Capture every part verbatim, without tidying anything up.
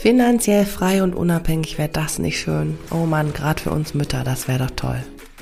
Finanziell frei und unabhängig, wäre das nicht schön? Oh Mann, gerade für uns Mütter, das wäre doch toll.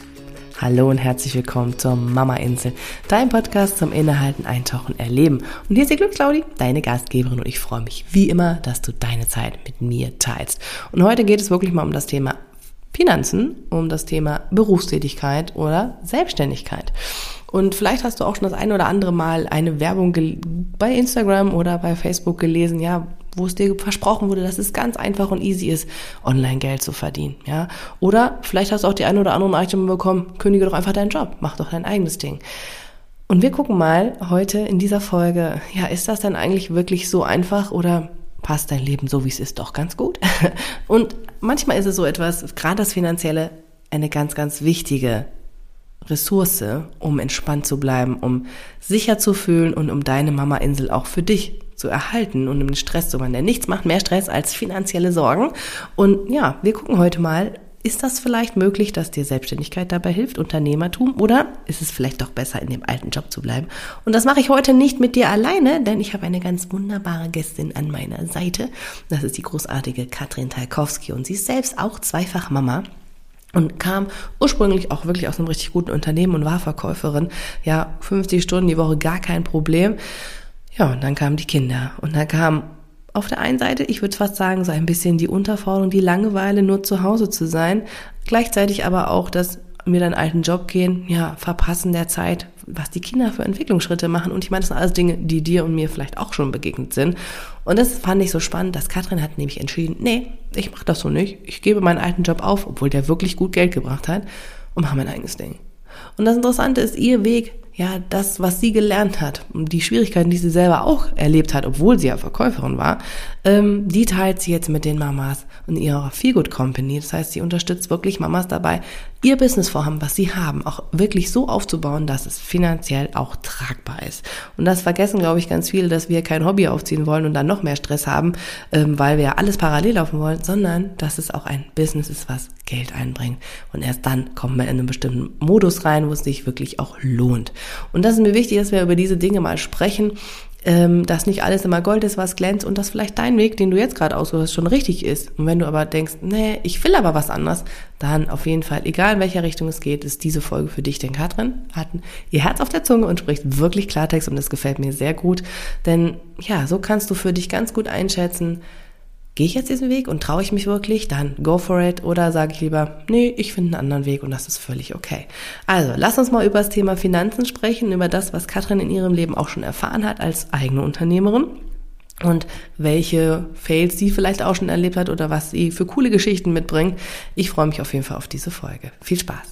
Hallo und herzlich willkommen zur Mama-Insel, dein Podcast zum Innehalten, Eintauchen, Erleben. Und hier ist die Glücksclaudi, deine Gastgeberin, und ich freue mich wie immer, dass du deine Zeit mit mir teilst. Und heute geht es wirklich mal um das Thema Finanzen, um das Thema Berufstätigkeit oder Selbstständigkeit. Und vielleicht hast du auch schon das eine oder andere Mal eine Werbung gel- bei Instagram oder bei Facebook gelesen, ja, wo es dir versprochen wurde, dass es ganz einfach und easy ist, online Geld zu verdienen, ja. Oder vielleicht hast du auch die eine oder andere Nachricht bekommen, kündige doch einfach deinen Job, mach doch dein eigenes Ding. Und wir gucken mal heute in dieser Folge, ja, ist das denn eigentlich wirklich so einfach oder passt dein Leben so, wie es ist, doch ganz gut? Und manchmal ist es so etwas, gerade das Finanzielle, eine ganz, ganz wichtige Ressource, um entspannt zu bleiben, um sicher zu fühlen und um deine Mama-Insel auch für dich zu erhalten und um den Stress zu machen. Denn nichts macht mehr Stress als finanzielle Sorgen. Und ja, wir gucken heute mal, ist das vielleicht möglich, dass dir Selbstständigkeit dabei hilft, Unternehmertum, oder ist es vielleicht doch besser, in dem alten Job zu bleiben? Und das mache ich heute nicht mit dir alleine, denn ich habe eine ganz wunderbare Gästin an meiner Seite. Das ist die großartige Katrin Talkowski und sie ist selbst auch zweifach Mama. Und kam ursprünglich auch wirklich aus einem richtig guten Unternehmen und war Verkäuferin. Ja, fünfzig Stunden die Woche, gar kein Problem. Ja, und dann kamen die Kinder. Und dann kam auf der einen Seite, ich würde fast sagen, so ein bisschen die Unterforderung, die Langeweile, nur zu Hause zu sein. Gleichzeitig aber auch das mir deinen alten Job gehen, ja, Verpassen der Zeit, was die Kinder für Entwicklungsschritte machen. Und ich meine, das sind alles Dinge, die dir und mir vielleicht auch schon begegnet sind. Und das fand ich so spannend, dass Katrin hat nämlich entschieden, nee, ich mache das so nicht. Ich gebe meinen alten Job auf, obwohl der wirklich gut Geld gebracht hat, und mache mein eigenes Ding. Und das Interessante ist, ihr Weg, ja, das, was sie gelernt hat und die Schwierigkeiten, die sie selber auch erlebt hat, obwohl sie ja Verkäuferin war, ähm, die teilt sie jetzt mit den Mamas in ihrer Feelgood Company. Das heißt, sie unterstützt wirklich Mamas dabei, ihr Businessvorhaben, was sie haben, auch wirklich so aufzubauen, dass es finanziell auch tragbar ist. Und das vergessen, glaube ich, ganz viele, dass wir kein Hobby aufziehen wollen und dann noch mehr Stress haben, ähm, weil wir ja alles parallel laufen wollen, sondern dass es auch ein Business ist, was Geld einbringt. Und erst dann kommt man in einen bestimmten Modus rein, wo es sich wirklich auch lohnt. Und das ist mir wichtig, dass wir über diese Dinge mal sprechen, ähm, dass nicht alles immer Gold ist, was glänzt, und dass vielleicht dein Weg, den du jetzt gerade aussuchst, schon richtig ist. Und wenn du aber denkst, nee, ich will aber was anderes, dann auf jeden Fall, egal in welcher Richtung es geht, ist diese Folge für dich. Denn Katrin hat ihr Herz auf der Zunge und spricht wirklich Klartext, und das gefällt mir sehr gut. Denn ja, so kannst du für dich ganz gut einschätzen, gehe ich jetzt diesen Weg und traue ich mich wirklich? Dann go for it. Oder sage ich lieber, nee, ich finde einen anderen Weg, und das ist völlig okay. Also, lass uns mal über das Thema Finanzen sprechen, über das, was Katrin in ihrem Leben auch schon erfahren hat als eigene Unternehmerin und welche Fails sie vielleicht auch schon erlebt hat oder was sie für coole Geschichten mitbringt. Ich freue mich auf jeden Fall auf diese Folge. Viel Spaß.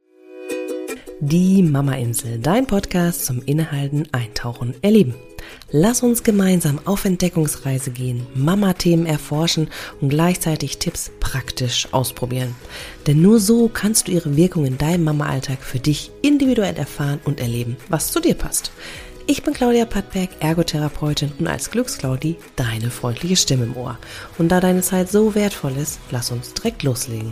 Die Mama-Insel, dein Podcast zum Innehalten, Eintauchen, Erleben. Lass uns gemeinsam auf Entdeckungsreise gehen, Mama-Themen erforschen und gleichzeitig Tipps praktisch ausprobieren. Denn nur so kannst du ihre Wirkung in deinem Mama-Alltag für dich individuell erfahren und erleben, was zu dir passt. Ich bin Claudia Pattberg, Ergotherapeutin, und als Glücksclaudi deine freundliche Stimme im Ohr. Und da deine Zeit so wertvoll ist, lass uns direkt loslegen.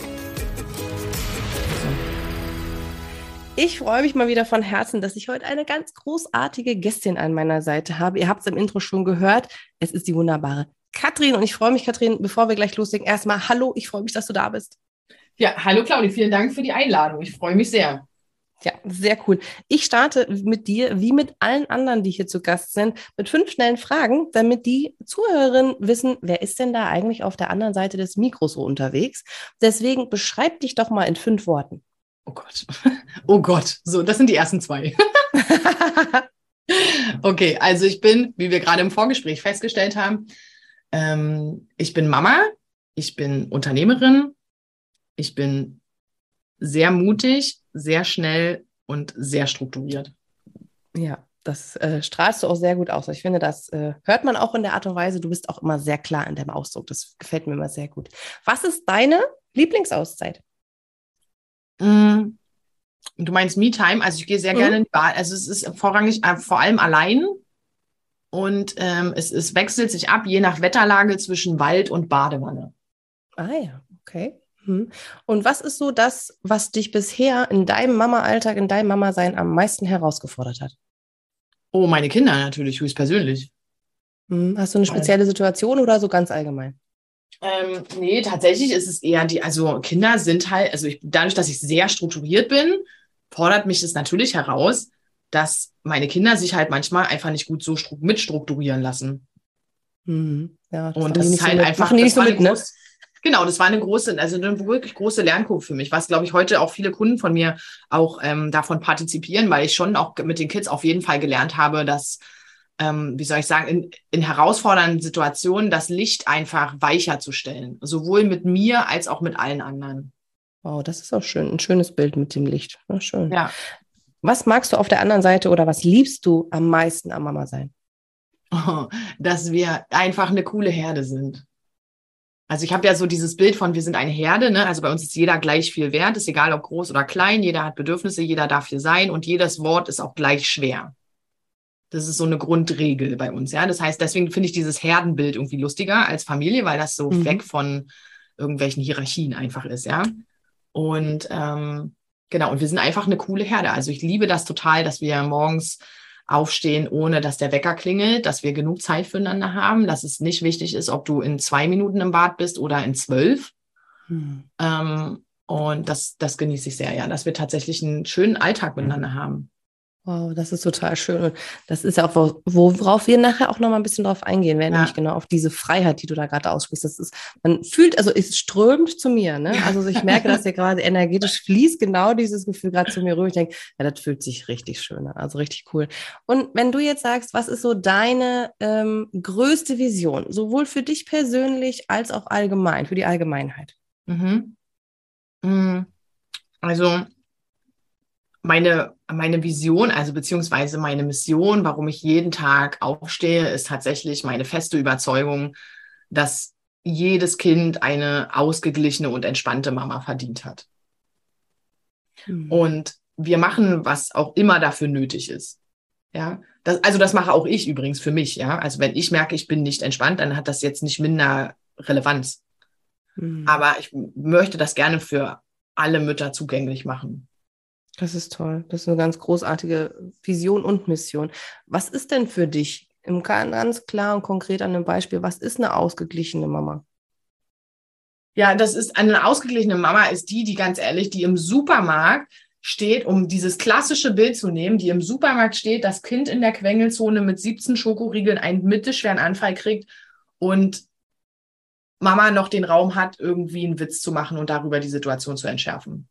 Ich freue mich mal wieder von Herzen, dass ich heute eine ganz großartige Gästin an meiner Seite habe. Ihr habt es im Intro schon gehört. Es ist die wunderbare Katrin. Und ich freue mich, Katrin, bevor wir gleich loslegen, erstmal hallo, ich freue mich, dass du da bist. Ja, hallo Claudi, vielen Dank für die Einladung. Ich freue mich sehr. Ja, sehr cool. Ich starte mit dir, wie mit allen anderen, die hier zu Gast sind, mit fünf schnellen Fragen, damit die Zuhörerinnen wissen, wer ist denn da eigentlich auf der anderen Seite des Mikros so unterwegs. Deswegen beschreib dich doch mal in fünf Worten. Oh Gott, oh Gott, so, das sind die ersten zwei. Okay, also ich bin, wie wir gerade im Vorgespräch festgestellt haben, ähm, ich bin Mama, ich bin Unternehmerin, ich bin sehr mutig, sehr schnell und sehr strukturiert. Ja, das äh, strahlst du auch sehr gut aus. Ich finde, das äh, hört man auch in der Art und Weise. Du bist auch immer sehr klar in deinem Ausdruck. Das gefällt mir immer sehr gut. Was ist deine Lieblingsauszeit? Mm, Du meinst Me-Time? Also ich gehe sehr Mhm. gerne in die Bad. Also es ist vorrangig äh, vor allem allein und ähm, es, es wechselt sich ab, je nach Wetterlage, zwischen Wald und Badewanne. Ah ja, okay. Mhm. Und was ist so das, was dich bisher in deinem Mama-Alltag, in deinem Mama-Sein am meisten herausgefordert hat? Oh, meine Kinder natürlich, höchstpersönlich. Hm. Hast du eine spezielle Situation oder so ganz allgemein? Ähm, nee, tatsächlich ist es eher die, also Kinder sind halt, also ich, dadurch, dass ich sehr strukturiert bin, fordert mich das natürlich heraus, dass meine Kinder sich halt manchmal einfach nicht gut so stru- mitstrukturieren lassen. Hm. Ja, das Und haben die das ist nicht so halt mit, einfach, machen die nicht das so war eine mit, ne? große, genau, das war eine große, also eine wirklich große Lernkurve für mich, was, glaube ich, heute auch viele Kunden von mir auch ähm, davon partizipieren, weil ich schon auch mit den Kids auf jeden Fall gelernt habe, dass, ähm, wie soll ich sagen, in, in herausfordernden Situationen das Licht einfach weicher zu stellen, sowohl mit mir als auch mit allen anderen. Wow, das ist auch schön. Ein schönes Bild mit dem Licht. Ja, schön. Ja, Was magst du auf der anderen Seite oder was liebst du am meisten am Mama sein? dass wir einfach eine coole Herde sind. Also ich habe ja so dieses Bild von, wir sind eine Herde, ne? Also bei uns ist jeder gleich viel wert, ist egal ob groß oder klein, jeder hat Bedürfnisse, jeder darf hier sein und jedes Wort ist auch gleich schwer. Das ist so eine Grundregel bei uns, ja. Das heißt, deswegen finde ich dieses Herdenbild irgendwie lustiger als Familie, weil das so weg Mhm. von irgendwelchen Hierarchien einfach ist, ja. Und ähm, genau, und wir sind einfach eine coole Herde. Also ich liebe das total, dass wir morgens aufstehen, ohne dass der Wecker klingelt, dass wir genug Zeit füreinander haben, dass es nicht wichtig ist, ob du in zwei Minuten im Bad bist oder in zwölf. Mhm. Ähm, und das, das genieße ich sehr, ja, dass wir tatsächlich einen schönen Alltag miteinander haben. Wow, das ist total schön. Und das ist ja auch, wo- worauf wir nachher auch noch mal ein bisschen drauf eingehen werden, nämlich Ja. genau auf diese Freiheit, die du da gerade aussprichst. Das ist, man fühlt, also es strömt zu mir, ne? Also ich merke, dass hier gerade energetisch fließt genau dieses Gefühl gerade zu mir rüber. Ich denke, ja, das fühlt sich richtig schön an, also richtig cool. Und wenn du jetzt sagst, was ist so deine ähm, größte Vision, sowohl für dich persönlich als auch allgemein, für die Allgemeinheit? Mhm. Mm, Also meine, meine Vision, also beziehungsweise meine Mission, warum ich jeden Tag aufstehe, ist tatsächlich meine feste Überzeugung, dass jedes Kind eine ausgeglichene und entspannte Mama verdient hat. Mhm. Und wir machen, was auch immer dafür nötig ist. Ja, das, also das mache auch ich übrigens für mich. Ja, also wenn ich merke, ich bin nicht entspannt, dann hat das jetzt nicht minder Relevanz. Mhm. Aber ich möchte das gerne für alle Mütter zugänglich machen. Das ist toll. Das ist eine ganz großartige Vision und Mission. Was ist denn für dich, im ganz klar und konkret an einem Beispiel, was ist eine ausgeglichene Mama? Ja, das ist eine ausgeglichene Mama ist die, die ganz ehrlich, die im Supermarkt steht, um dieses klassische Bild zu nehmen, die im Supermarkt steht, das Kind in der Quengelzone mit siebzehn Schokoriegeln einen mittelschweren Anfall kriegt und Mama noch den Raum hat, irgendwie einen Witz zu machen und darüber die Situation zu entschärfen.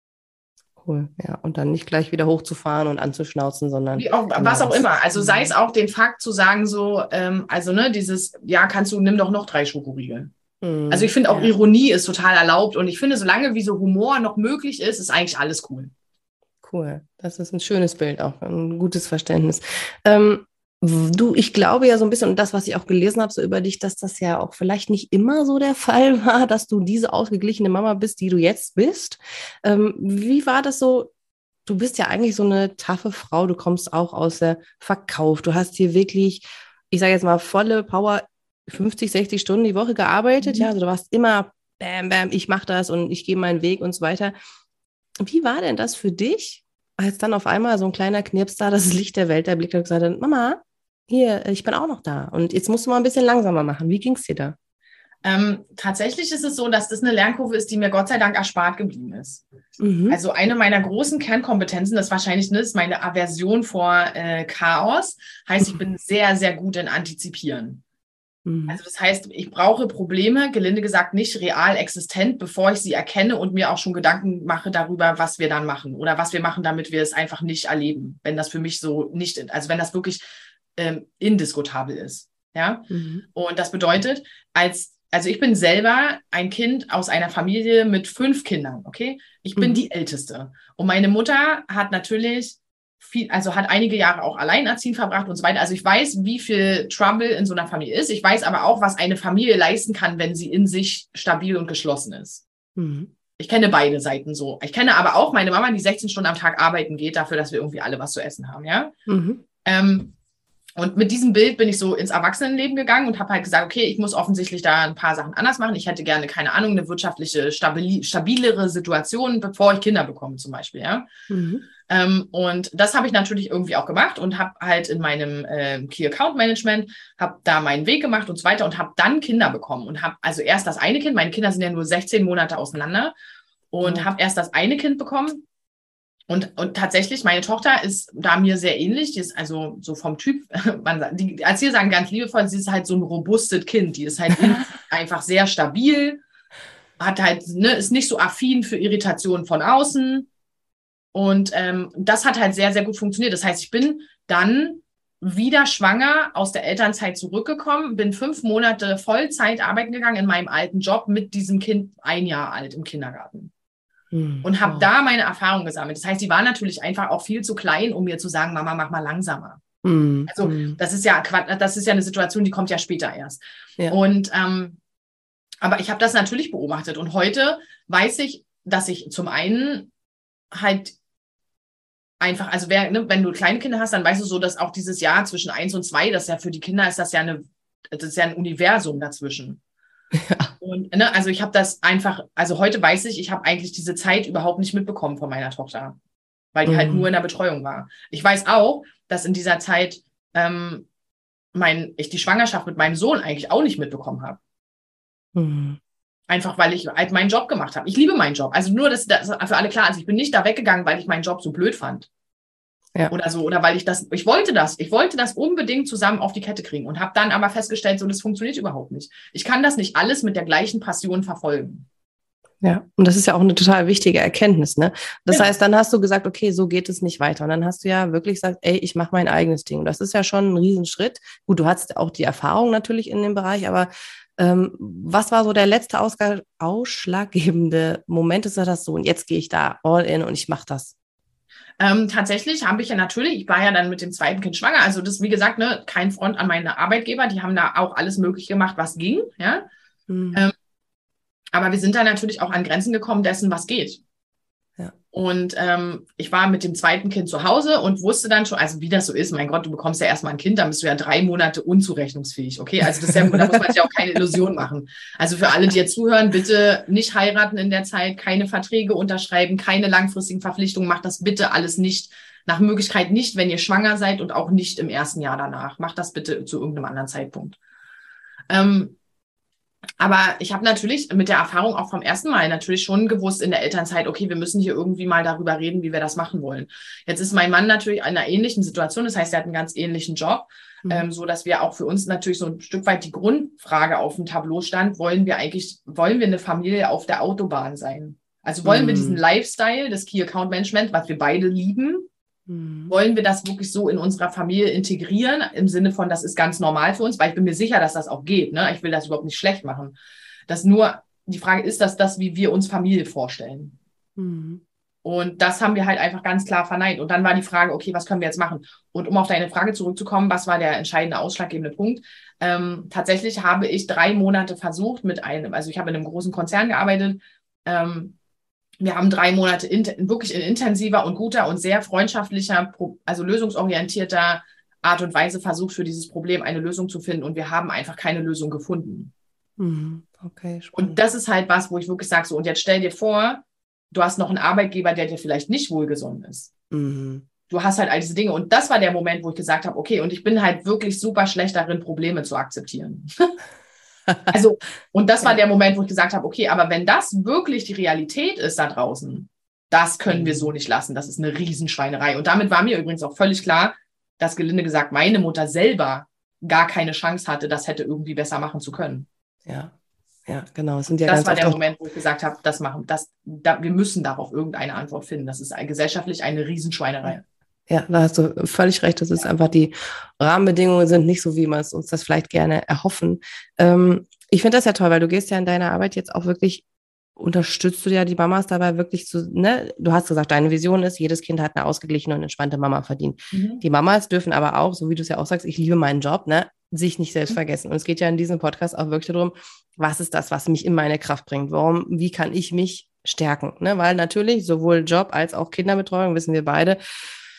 Cool, ja. Und dann nicht gleich wieder hochzufahren und anzuschnauzen, sondern Wie auch, genau was auch das. immer. Also sei es Mhm. auch den Fakt zu sagen, so, ähm, also ne, dieses, ja, kannst du, nimm doch noch drei Schokoriegel. Also ich Mhm. finde auch Ja, Ironie ist total erlaubt und ich finde, solange wie so Humor noch möglich ist, ist eigentlich alles cool. cool. Das ist ein schönes Bild auch, ein gutes Verständnis. Ähm, Du, ich glaube ja so ein bisschen, und das, was ich auch gelesen habe, so über dich, dass das ja auch vielleicht nicht immer so der Fall war, dass du diese ausgeglichene Mama bist, die du jetzt bist. Ähm, wie war das so? Du bist ja eigentlich so eine taffe Frau, du kommst auch aus der Verkauf. Du hast hier wirklich, ich sage jetzt mal, volle Power, fünfzig, sechzig Stunden die Woche gearbeitet. Ja, Mhm. also du warst immer, bam, bam, ich mache das und ich gehe meinen Weg und so weiter. Wie war denn das für dich, als dann auf einmal so ein kleiner Knirps da das Licht der Welt erblickt hat und gesagt hat, Mama, hier, ich bin auch noch da und jetzt musst du mal ein bisschen langsamer machen. Wie ging es dir da? Ähm, tatsächlich ist es so, dass das eine Lernkurve ist, die mir Gott sei Dank erspart geblieben ist. Mhm. Also eine meiner großen Kernkompetenzen, das wahrscheinlich ne, ist meine Aversion vor äh, Chaos, heißt, ich bin sehr, sehr gut in Antizipieren. Mhm. Also das heißt, ich brauche Probleme, gelinde gesagt, nicht real existent, bevor ich sie erkenne und mir auch schon Gedanken mache darüber, was wir dann machen oder was wir machen, damit wir es einfach nicht erleben, wenn das für mich so nicht, also wenn das wirklich ähm, indiskutabel ist. Ja. Mhm. Und das bedeutet, als, also ich bin selber ein Kind aus einer Familie mit fünf Kindern, okay? Ich bin Mhm. die Älteste. Und meine Mutter hat natürlich viel, also hat einige Jahre auch alleinerziehend verbracht und so weiter. Also ich weiß, wie viel Trouble in so einer Familie ist. Ich weiß aber auch, was eine Familie leisten kann, wenn sie in sich stabil und geschlossen ist. Mhm. Ich kenne beide Seiten so. Ich kenne aber auch meine Mama, die sechzehn Stunden am Tag arbeiten geht, dafür, dass wir irgendwie alle was zu essen haben, ja? Mhm. Ähm, Und mit diesem Bild bin ich so ins Erwachsenenleben gegangen und habe halt gesagt, okay, ich muss offensichtlich da ein paar Sachen anders machen. Ich hätte gerne, keine Ahnung, eine wirtschaftliche, stabili- stabilere Situation, bevor ich Kinder bekomme zum Beispiel, ja. Mhm. Ähm, und das habe ich natürlich irgendwie auch gemacht und habe halt in meinem äh, Key Account Management, habe da meinen Weg gemacht und so weiter und habe dann Kinder bekommen und habe also erst das eine Kind, meine Kinder sind ja nur sechzehn Monate auseinander und Ja. habe erst das eine Kind bekommen. Und, und tatsächlich, meine Tochter ist da mir sehr ähnlich. Die ist also so vom Typ, man, die Erzieher sagen ganz liebevoll, sie ist halt so ein robustes Kind. Die ist halt einfach sehr stabil, hat halt, ne, ist nicht so affin für Irritationen von außen. Und ähm, das hat halt sehr, sehr gut funktioniert. Das heißt, ich bin dann wieder schwanger aus der Elternzeit zurückgekommen, bin fünf Monate Vollzeit arbeiten gegangen in meinem alten Job mit diesem Kind ein Jahr alt im Kindergarten. Und habe wow. da meine Erfahrung gesammelt. Das heißt, die war natürlich einfach auch viel zu klein, um mir zu sagen, Mama, mach mal langsamer. Mm, also mm. das ist ja das ist ja eine Situation, die kommt ja später erst. Ja. Und ähm, aber ich habe das natürlich beobachtet. Und heute weiß ich, dass ich zum einen halt einfach, also wer, ne, wenn du kleine Kinder hast, dann weißt du so, dass auch dieses Jahr zwischen eins und zwei, das ist ja für die Kinder, ist das ja eine, das ist ja ein Universum dazwischen. Ja. Und ne, also ich habe das einfach, also heute weiß ich, ich habe eigentlich diese Zeit überhaupt nicht mitbekommen von meiner Tochter, weil die Mhm. halt nur in der Betreuung war. Ich weiß auch, dass in dieser Zeit ähm, mein, ich die Schwangerschaft mit meinem Sohn eigentlich auch nicht mitbekommen habe. Mhm. Einfach weil ich halt meinen Job gemacht habe. Ich liebe meinen Job. Also nur, dass das für alle klar ist, ich bin nicht da weggegangen, weil ich meinen Job so blöd fand. Ja. Oder so, oder weil ich das, ich wollte das, ich wollte das unbedingt zusammen auf die Kette kriegen und habe dann aber festgestellt, so, das funktioniert überhaupt nicht. Ich kann das nicht alles mit der gleichen Passion verfolgen. Ja, und das ist ja auch eine total wichtige Erkenntnis, ne? Das Genau. heißt, dann hast du gesagt, okay, so geht es nicht weiter. Und dann hast du ja wirklich gesagt, ey, ich mache mein eigenes Ding. Und das ist ja schon ein Riesenschritt. Gut, du hattest auch die Erfahrung natürlich in dem Bereich, aber ähm, was war so der letzte Ausg- ausschlaggebende Moment, dass du das so, und jetzt gehe ich da all in und ich mache das? Ähm, tatsächlich habe ich ja natürlich, ich war ja dann mit dem zweiten Kind schwanger, also das, wie gesagt, ne, kein Front an meine Arbeitgeber, die haben da auch alles möglich gemacht, was ging, ja. Mhm. Ähm, aber wir sind da natürlich auch an Grenzen gekommen dessen, was geht. Ja. Und ähm, ich war mit dem zweiten Kind zu Hause und wusste dann schon, also wie das so ist, mein Gott, du bekommst ja erstmal ein Kind, dann bist du ja drei Monate unzurechnungsfähig, okay? Also das ist ja, da muss man sich auch keine Illusion machen. Also für alle, die jetzt zuhören, bitte nicht heiraten in der Zeit, keine Verträge unterschreiben, keine langfristigen Verpflichtungen, macht das bitte alles nicht, nach Möglichkeit nicht, wenn ihr schwanger seid und auch nicht im ersten Jahr danach. Macht das bitte zu irgendeinem anderen Zeitpunkt. Ähm, Aber ich habe natürlich mit der Erfahrung auch vom ersten Mal natürlich schon gewusst in der Elternzeit, okay, wir müssen hier irgendwie mal darüber reden, wie wir das machen wollen. Jetzt ist mein Mann natürlich in einer ähnlichen Situation, das heißt, er hat einen ganz ähnlichen Job, mhm. ähm, so dass wir auch für uns natürlich so ein Stück weit die Grundfrage auf dem Tableau stand, wollen wir eigentlich, wollen wir eine Familie auf der Autobahn sein? Also wollen mhm. wir diesen Lifestyle des Key Account Management, was wir beide lieben, Mhm. wollen wir das wirklich so in unserer Familie integrieren, im Sinne von, das ist ganz normal für uns, weil ich bin mir sicher, dass das auch geht. Ne? Ich will das überhaupt nicht schlecht machen. Das nur, die Frage ist, dass das, wie wir uns Familie vorstellen. Mhm. Und das haben wir halt einfach ganz klar verneint. Und dann war die Frage, okay, was können wir jetzt machen? Und um auf deine Frage zurückzukommen, was war der entscheidende, ausschlaggebende Punkt? Ähm, tatsächlich habe ich drei Monate versucht mit einem, also ich habe in einem großen Konzern gearbeitet, ähm, wir haben drei Monate in, wirklich in intensiver und guter und sehr freundschaftlicher, also lösungsorientierter Art und Weise versucht, für dieses Problem eine Lösung zu finden. Und wir haben einfach keine Lösung gefunden. Okay, spannend. Und das ist halt was, wo ich wirklich sage, so, und jetzt stell dir vor, du hast noch einen Arbeitgeber, der dir vielleicht nicht wohlgesonnen ist. Mhm. Du hast halt all diese Dinge. Und das war der Moment, wo ich gesagt habe, okay, und ich bin halt wirklich super schlecht darin, Probleme zu akzeptieren. Also, und das war der Moment, wo ich gesagt habe, okay, aber wenn das wirklich die Realität ist da draußen, das können wir so nicht lassen. Das ist eine Riesenschweinerei. Und damit war mir übrigens auch völlig klar, dass gelinde gesagt meine Mutter selber gar keine Chance hatte, das hätte irgendwie besser machen zu können. Ja, ja, genau. Es sind ja das ganz war der Moment, wo ich gesagt habe, das machen, das, da, wir müssen darauf irgendeine Antwort finden. Das ist gesellschaftlich eine Riesenschweinerei. Ja, da hast du völlig recht. Das ist einfach, die Rahmenbedingungen sind nicht so, wie wir es uns das vielleicht gerne erhoffen. Ähm, ich finde das ja toll, weil du gehst ja in deiner Arbeit jetzt auch wirklich, unterstützt du ja die Mamas dabei wirklich zu, ne? Du hast gesagt, deine Vision ist, jedes Kind hat eine ausgeglichene und entspannte Mama verdient. Mhm. Die Mamas dürfen aber auch, so wie du es ja auch sagst, ich liebe meinen Job, ne? Sich nicht selbst mhm. vergessen. Und es geht ja in diesem Podcast auch wirklich darum, was ist das, was mich in meine Kraft bringt? Warum, wie kann ich mich stärken? Ne? Weil natürlich sowohl Job als auch Kinderbetreuung, wissen wir beide,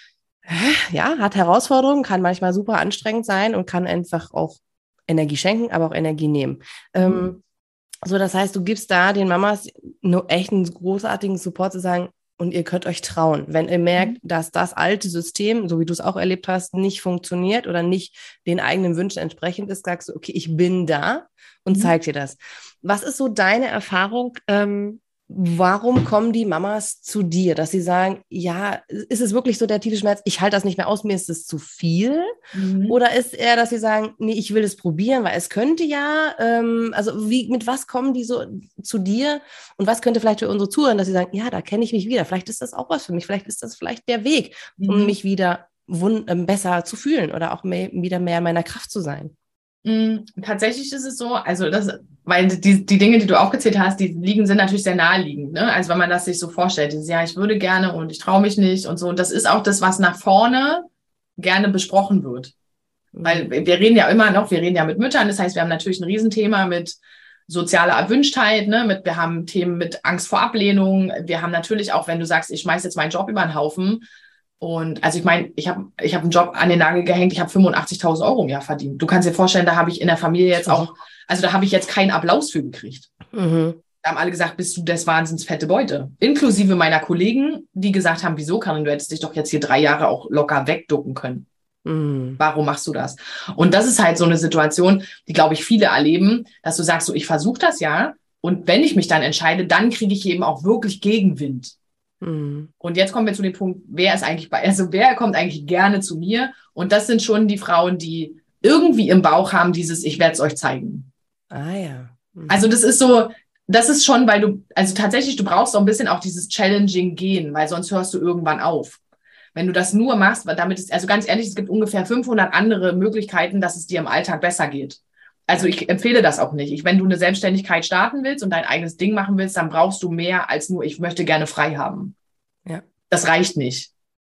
Ja, hat Herausforderungen, kann manchmal super anstrengend sein und kann einfach auch Energie schenken, aber auch Energie nehmen. Mhm. Ähm, so, das heißt, du gibst da den Mamas nur echt einen großartigen Support zu sagen, und ihr könnt euch trauen, wenn ihr merkt, dass das alte System, so wie du es auch erlebt hast, nicht funktioniert oder nicht den eigenen Wünschen entsprechend ist, sagst du, okay, ich bin da und Mhm. zeig dir das. Was ist so deine Erfahrung? Ähm, warum kommen die Mamas zu dir, dass sie sagen, ja, ist es wirklich so der tiefe Schmerz, ich halte das nicht mehr aus, mir ist es zu viel? Mhm. Oder ist eher, dass sie sagen, nee, ich will es probieren, weil es könnte ja, ähm, also wie, mit was kommen die so zu dir und was könnte vielleicht für unsere Zuhörer, dass sie sagen, ja, da kenne ich mich wieder, vielleicht ist das auch was für mich, vielleicht ist das vielleicht der Weg, um Mhm. mich wieder wund ähm, besser zu fühlen oder auch mehr, wieder mehr in meiner Kraft zu sein. Mhm. Tatsächlich ist es so, also das, weil die, die Dinge, die du aufgezählt hast, die liegen, sind natürlich sehr naheliegend, ne? Also wenn man das sich so vorstellt, dieses, ja, ich würde gerne und ich traue mich nicht und so. Und das ist auch das, was nach vorne gerne besprochen wird. Weil Mhm. wir reden ja immer noch, wir reden ja mit Müttern, das heißt, wir haben natürlich ein Riesenthema mit sozialer Erwünschtheit, ne? Mit, wir haben Themen mit Angst vor Ablehnung. Wir haben natürlich auch, wenn du sagst, ich schmeiß jetzt meinen Job über den Haufen, und also ich meine, ich habe ich hab einen Job an den Nagel gehängt, ich habe fünfundachtzigtausend Euro im Jahr verdient. Du kannst dir vorstellen, da habe ich in der Familie jetzt auch, also da habe ich jetzt keinen Applaus für gekriegt. Mhm. Da haben alle gesagt, bist du des Wahnsinns fette Beute. Inklusive meiner Kollegen, die gesagt haben, wieso, Karin, du hättest dich doch jetzt hier drei Jahre auch locker wegducken können. Mhm. Warum machst du das? Und das ist halt so eine Situation, die, glaube ich, viele erleben, dass du sagst, so, ich versuche das ja, und wenn ich mich dann entscheide, dann kriege ich eben auch wirklich Gegenwind. Mhm. Und jetzt kommen wir zu dem Punkt, wer ist eigentlich bei, also wer kommt eigentlich gerne zu mir? Und das sind schon die Frauen, die irgendwie im Bauch haben dieses, ich werde es euch zeigen. Ah ja. Also Mhm. das ist so, das ist schon, weil du, also tatsächlich, du brauchst auch ein bisschen auch dieses Challenging gehen, weil sonst hörst du irgendwann auf. Wenn du das nur machst, weil damit ist, also ganz ehrlich, es gibt ungefähr fünfhundert andere Möglichkeiten, dass es dir im Alltag besser geht. Also ich empfehle das auch nicht. Ich, wenn du eine Selbstständigkeit starten willst und dein eigenes Ding machen willst, dann brauchst du mehr als nur, ich möchte gerne frei haben. Ja. Das reicht nicht.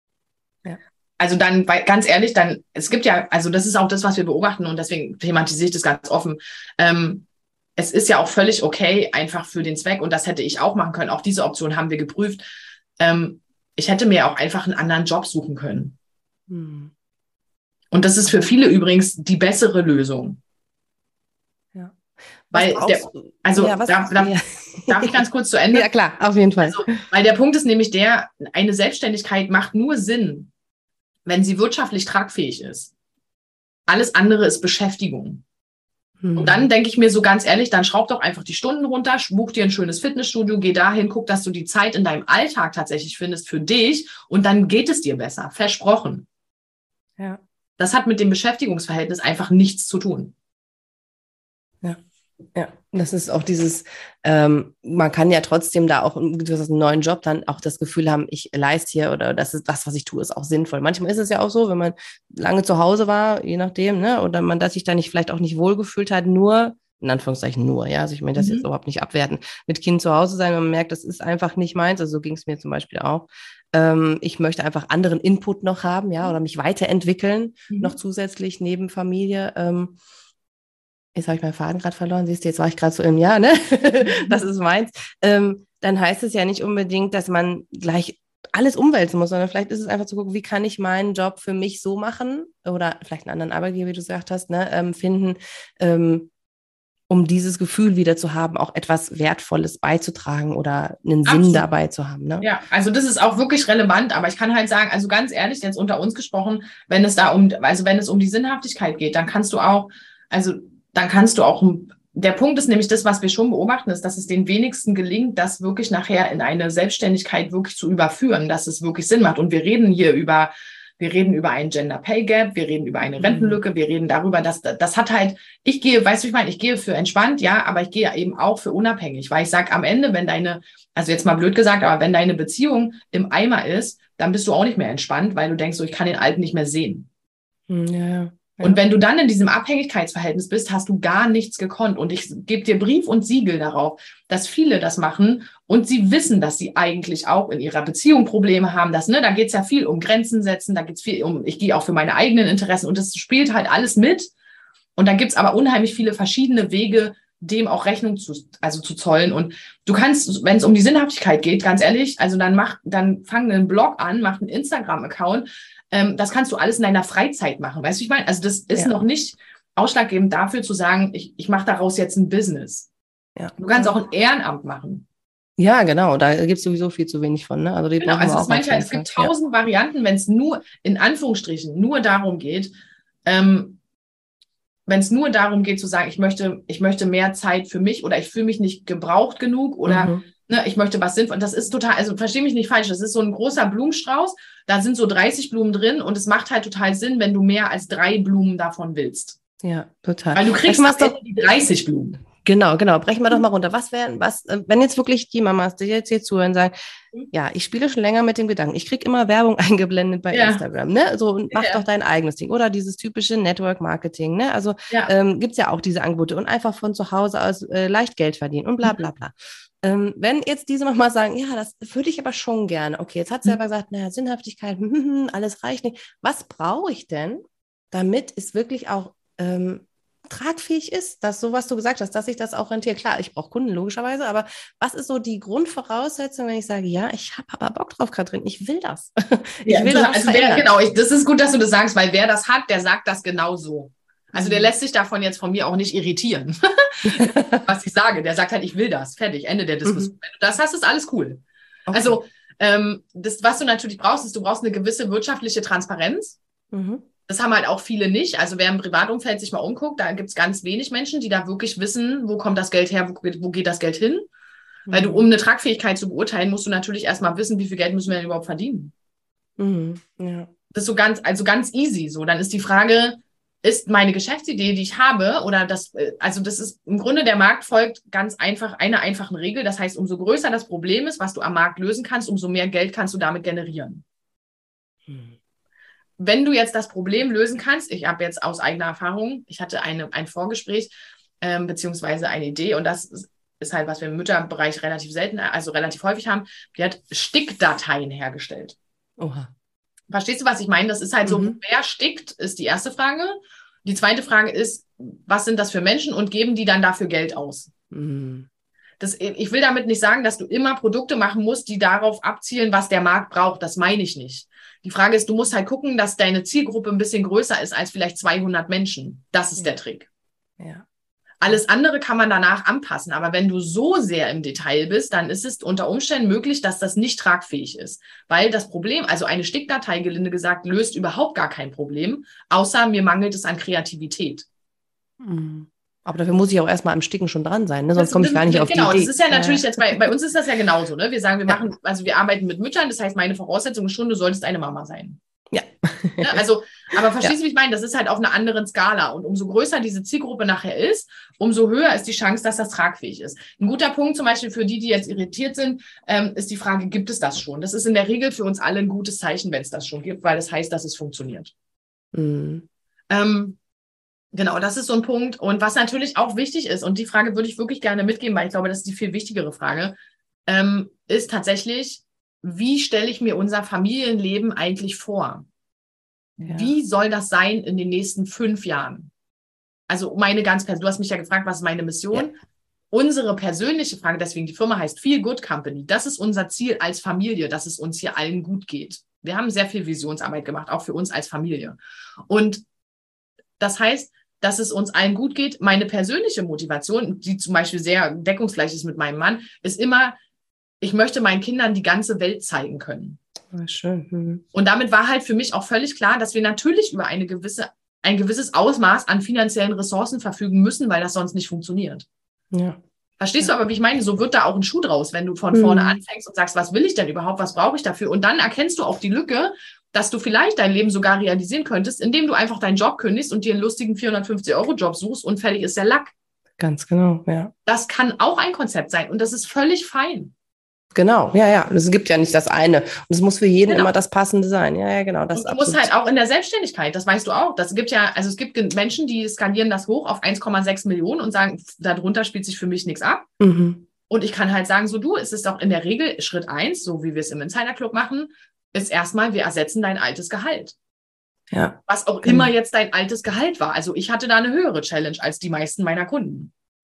Ja. Also dann, weil, ganz ehrlich, dann, es gibt ja, also das ist auch das, was wir beobachten, und deswegen thematisiere ich das ganz offen. Ähm, es ist ja auch völlig okay, einfach für den Zweck, und das hätte ich auch machen können. Auch diese Option haben wir geprüft. Ähm, ich hätte mir auch einfach einen anderen Job suchen können. Mhm. Und das ist für viele übrigens die bessere Lösung. Ja. Was Weil der, brauchst du? also Ja, was? darf, darf, Ja. darf ich ganz kurz zu Ende? Ja, klar, auf jeden Fall. Also, weil der Punkt ist nämlich der, eine Selbstständigkeit macht nur Sinn, wenn sie wirtschaftlich tragfähig ist. Alles andere ist Beschäftigung. Und dann Mhm. denke ich mir so ganz ehrlich, dann schraub doch einfach die Stunden runter, buch dir ein schönes Fitnessstudio, geh dahin, guck, dass du die Zeit in deinem Alltag tatsächlich findest für dich, und dann geht es dir besser. Versprochen. Ja. Das hat mit dem Beschäftigungsverhältnis einfach nichts zu tun. Ja. Ja, das ist auch dieses, ähm, man kann ja trotzdem da auch, du hast einen neuen Job, dann auch das Gefühl haben, ich leiste hier oder das ist das, was ich tue, ist auch sinnvoll. Manchmal ist es ja auch so, wenn man lange zu Hause war, je nachdem, ne, oder man dass sich da nicht vielleicht auch nicht wohlgefühlt hat, nur, in Anführungszeichen nur, ja, also ich meine das jetzt Mhm. überhaupt nicht abwerten, mit Kind zu Hause sein, wenn man merkt, das ist einfach nicht meins, also so ging es mir zum Beispiel auch. Ähm, ich möchte einfach anderen Input noch haben, ja, oder mich weiterentwickeln, noch Mhm. zusätzlich neben Familie. Ähm, Jetzt habe ich meinen Faden gerade verloren, siehst du, jetzt war ich gerade so im Ja, ne? Das ist meins. Ähm, dann heißt es ja nicht unbedingt, dass man gleich alles umwälzen muss, sondern vielleicht ist es einfach zu gucken, wie kann ich meinen Job für mich so machen oder vielleicht einen anderen Arbeitgeber, wie du gesagt hast, ne, ähm, finden, ähm, um dieses Gefühl wieder zu haben, auch etwas Wertvolles beizutragen oder einen Sinn Absolut. dabei zu haben. Ne? Ja, also das ist auch wirklich relevant, aber ich kann halt sagen, also ganz ehrlich, jetzt unter uns gesprochen, wenn es da um, also wenn es um die Sinnhaftigkeit geht, dann kannst du auch, also dann kannst du auch, der Punkt ist nämlich das, was wir schon beobachten, ist, dass es den wenigsten gelingt, das wirklich nachher in eine Selbstständigkeit wirklich zu überführen, dass es wirklich Sinn macht. Und wir reden hier über, wir reden über einen Gender Pay Gap, wir reden über eine Mhm. Rentenlücke, wir reden darüber, dass das hat halt, ich gehe, weißt du, ich meine, ich gehe für entspannt, ja, aber ich gehe eben auch für unabhängig, weil ich sage, am Ende, wenn deine, also jetzt mal blöd gesagt, aber wenn deine Beziehung im Eimer ist, dann bist du auch nicht mehr entspannt, weil du denkst, so, ich kann den Alten nicht mehr sehen. Ja, ja, Und ja. wenn du dann in diesem Abhängigkeitsverhältnis bist, hast du gar nichts gekonnt. Und ich gebe dir Brief und Siegel darauf, dass viele das machen und sie wissen, dass sie eigentlich auch in ihrer Beziehung Probleme haben. Das, ne, da geht es ja viel um Grenzen setzen, da geht es viel um, ich gehe auch für meine eigenen Interessen, und das spielt halt alles mit. Und da gibt es aber unheimlich viele verschiedene Wege, dem auch Rechnung zu, also zu zollen. Und du kannst, wenn es um die Sinnhaftigkeit geht, ganz ehrlich, also dann mach, dann fang einen Blog an, mach einen Instagram-Account, Ähm, das kannst du alles in deiner Freizeit machen. Weißt du, wie ich meine? Also das ist Ja. noch nicht ausschlaggebend dafür zu sagen, ich, ich mache daraus jetzt ein Business. Ja. Du kannst auch ein Ehrenamt machen. Ja, genau, da gibt es sowieso viel zu wenig von, ne? Also die Genau, brauchen also wir es, auch auf manchmal, jeden es gibt Fall. tausend ja. Varianten, wenn es nur, in Anführungsstrichen, nur darum geht, ähm, wenn es nur darum geht zu sagen, ich möchte, ich möchte mehr Zeit für mich oder ich fühle mich nicht gebraucht genug oder Mhm. ne, ich möchte was Sinnvolles. Das ist total, also verstehe mich nicht falsch, das ist so ein großer Blumenstrauß, da sind so dreißig Blumen drin und es macht halt total Sinn, wenn du mehr als drei Blumen davon willst. Ja, total. Weil du kriegst am Ende die dreißig Blumen. Genau, genau. Brechen wir doch mal runter. Was wären, was, wenn jetzt wirklich die Mamas, die jetzt hier zuhören, sagen, ja, ich spiele schon länger mit dem Gedanken. Ich kriege immer Werbung eingeblendet bei ja. Instagram, ne? So, und mach ja. doch dein eigenes Ding. Oder dieses typische Network-Marketing, ne? Also ja. ähm, gibt es ja auch diese Angebote und einfach von zu Hause aus äh, leicht Geld verdienen und bla bla bla. Mhm. Ähm, wenn jetzt diese Mamas sagen, ja, das würde ich aber schon gerne. Okay, jetzt hat sie mhm. aber gesagt, naja, Sinnhaftigkeit, alles reicht nicht. Was brauche ich denn, damit es wirklich auch ähm, tragfähig ist, dass so, was du gesagt hast, dass sich das auch rentiert. Klar, ich brauche Kunden logischerweise, aber was ist so die Grundvoraussetzung, wenn ich sage, ja, ich habe aber Bock drauf, Katrin, ich will das. ich ja, will das, das also wer, genau, ich, das ist gut, dass du das sagst, weil wer das hat, der sagt das genau so. Also der lässt sich davon jetzt von mir auch nicht irritieren, was ich sage. Der sagt halt, ich will das, fertig, Ende der Diskussion. Mhm. Wenn du das hast, ist alles cool. Okay. Also ähm, das, was du natürlich brauchst, ist, du brauchst eine gewisse wirtschaftliche Transparenz. Mhm. Das haben halt auch viele nicht. Also wer im Privatumfeld sich mal umguckt, da gibt es ganz wenig Menschen, die da wirklich wissen, wo kommt das Geld her, wo, wo geht das Geld hin. Mhm. Weil du, um eine Tragfähigkeit zu beurteilen, musst du natürlich erstmal wissen, wie viel Geld müssen wir denn überhaupt verdienen. Mhm. Ja. Das ist so ganz, also ganz easy. So, dann ist die Frage, ist meine Geschäftsidee, die ich habe, oder das, also das ist im Grunde, der Markt folgt ganz einfach einer einfachen Regel. Das heißt, umso größer das Problem ist, was du am Markt lösen kannst, umso mehr Geld kannst du damit generieren. Mhm. Wenn du jetzt das Problem lösen kannst, ich habe jetzt aus eigener Erfahrung, ich hatte eine, ein Vorgespräch, ähm, beziehungsweise eine Idee, und das ist halt, was wir im Mütterbereich relativ selten, also relativ häufig haben, die hat Stickdateien hergestellt. Oha. Verstehst du, was ich meine? Das ist halt so, mhm. wer stickt, ist die erste Frage. Die zweite Frage ist, was sind das für Menschen und geben die dann dafür Geld aus? Mhm. Das, ich will damit nicht sagen, dass du immer Produkte machen musst, die darauf abzielen, was der Markt braucht. Das meine ich nicht. Die Frage ist, du musst halt gucken, dass deine Zielgruppe ein bisschen größer ist als vielleicht zweihundert Menschen. Das ist ja. der Trick. Ja. Alles andere kann man danach anpassen. Aber wenn du so sehr im Detail bist, dann ist es unter Umständen möglich, dass das nicht tragfähig ist. Weil das Problem, also eine Stickdatei, gelinde gesagt, löst überhaupt gar kein Problem, außer mir mangelt es an Kreativität. Mhm. Aber dafür muss ich auch erstmal am Sticken schon dran sein, ne? Sonst komme ich gar nicht genau, auf die Idee. Genau, das ist ja natürlich jetzt, bei, bei uns ist das ja genauso, ne? Wir sagen, wir machen, also wir arbeiten mit Müttern, das heißt, meine Voraussetzung ist schon, du solltest eine Mama sein. Ja. Ne? Also, aber verstehst du, ja. wie ich meine? Das ist halt auf einer anderen Skala. Und umso größer diese Zielgruppe nachher ist, umso höher ist die Chance, dass das tragfähig ist. Ein guter Punkt zum Beispiel für die, die jetzt irritiert sind, ähm, ist die Frage, gibt es das schon? Das ist in der Regel für uns alle ein gutes Zeichen, wenn es das schon gibt, weil das heißt, dass es funktioniert. Mhm. Ähm, Genau, das ist so ein Punkt. Und was natürlich auch wichtig ist, und die Frage würde ich wirklich gerne mitgeben, weil ich glaube, das ist die viel wichtigere Frage, ähm, ist tatsächlich, wie stelle ich mir unser Familienleben eigentlich vor? Ja. Wie soll das sein in den nächsten fünf Jahren? Also meine ganz persönliche, du hast mich ja gefragt, was ist meine Mission? Ja. Unsere persönliche Frage, deswegen die Firma heißt Feel Good Company, das ist unser Ziel als Familie, dass es uns hier allen gut geht. Wir haben sehr viel Visionsarbeit gemacht, auch für uns als Familie. Und das heißt, dass es uns allen gut geht. Meine persönliche Motivation, die zum Beispiel sehr deckungsgleich ist mit meinem Mann, ist immer, ich möchte meinen Kindern die ganze Welt zeigen können. Oh, schön. Mhm. Und damit war halt für mich auch völlig klar, dass wir natürlich über eine gewisse, ein gewisses Ausmaß an finanziellen Ressourcen verfügen müssen, weil das sonst nicht funktioniert. Ja. Verstehst ja. du aber, wie ich meine? So wird da auch ein Schuh draus, wenn du von mhm. vorne anfängst und sagst, was will ich denn überhaupt? Was brauche ich dafür? Und dann erkennst du auch die Lücke, dass du vielleicht dein Leben sogar realisieren könntest, indem du einfach deinen Job kündigst und dir einen lustigen vierhundertfünfzig Euro Job suchst und fertig ist der Lack. Ganz genau, ja. Das kann auch ein Konzept sein und das ist völlig fein. Genau, ja, ja. Es gibt ja nicht das eine. Und es muss für jeden genau. immer das Passende sein. Ja, ja, genau. Das und du musst halt auch in der Selbstständigkeit, das weißt du auch. Das gibt ja, also es gibt Menschen, die skalieren das hoch auf eins Komma sechs Millionen und sagen, darunter spielt sich für mich nichts ab. Mhm. Und ich kann halt sagen, so du, es ist auch in der Regel Schritt eins, so wie wir es im Insider Club machen, ist erstmal, wir ersetzen dein altes Gehalt. Ja. Was auch genau. immer jetzt dein altes Gehalt war. Also ich hatte da eine höhere Challenge als die meisten meiner Kunden.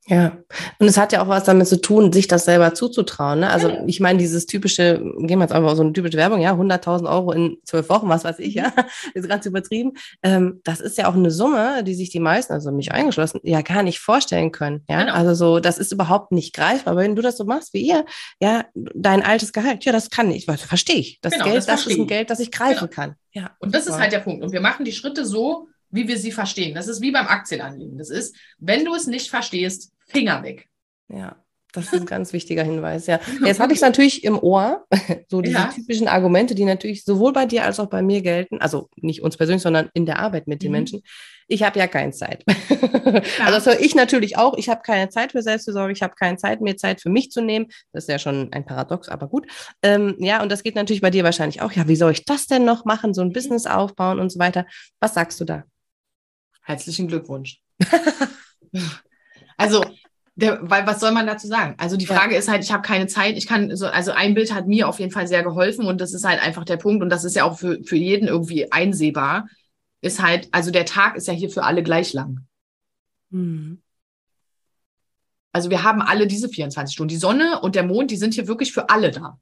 Ja, und es hat ja auch was damit zu tun, sich das selber zuzutrauen. Ne? Also Genau. ich meine, dieses typische, gehen wir jetzt einfach auf so eine typische Werbung, ja, hunderttausend Euro in zwölf Wochen, was weiß ich, ja, ist ganz übertrieben. Ähm, das ist ja auch eine Summe, die sich die meisten, also mich eingeschlossen, ja gar nicht vorstellen können. Ja, Genau. also so, das ist überhaupt nicht greifbar. Aber wenn du das so machst wie ihr, ja, dein altes Gehalt, ja, das kann ich, das verstehe ich. Das Genau, das Geld, das ist verstehe ein ich. Geld, das ich Genau. greifen kann. Ja, Und das ist super. halt der Punkt. Und wir machen die Schritte so, wie wir sie verstehen. Das ist wie beim Aktienanlegen. Das ist, wenn du es nicht verstehst, Finger weg. Ja, das ist ein ganz wichtiger Hinweis, ja. Jetzt hatte ich es natürlich im Ohr, so diese Ja. typischen Argumente, die natürlich sowohl bei dir als auch bei mir gelten, also nicht uns persönlich, sondern in der Arbeit mit den Mhm. Menschen. Ich habe ja keine Zeit. Ja. Also das höre ich natürlich auch. Ich habe keine Zeit für Selbstfürsorge, ich habe keine Zeit, mir Zeit für mich zu nehmen. Das ist ja schon ein Paradox, aber gut. Ähm, ja, und das geht natürlich bei dir wahrscheinlich auch. Ja, wie soll ich das denn noch machen, so ein Business aufbauen und so weiter? Was sagst du da? Herzlichen Glückwunsch. Also, der, weil was soll man dazu sagen? Also die Frage Ja. ist halt, ich habe keine Zeit, ich kann so, also ein Bild hat mir auf jeden Fall sehr geholfen und das ist halt einfach der Punkt und das ist ja auch für, für jeden irgendwie einsehbar, ist halt, also der Tag ist ja hier für alle gleich lang. Hm. Also wir haben alle diese vierundzwanzig Stunden. Die Sonne und der Mond, die sind hier wirklich für alle da.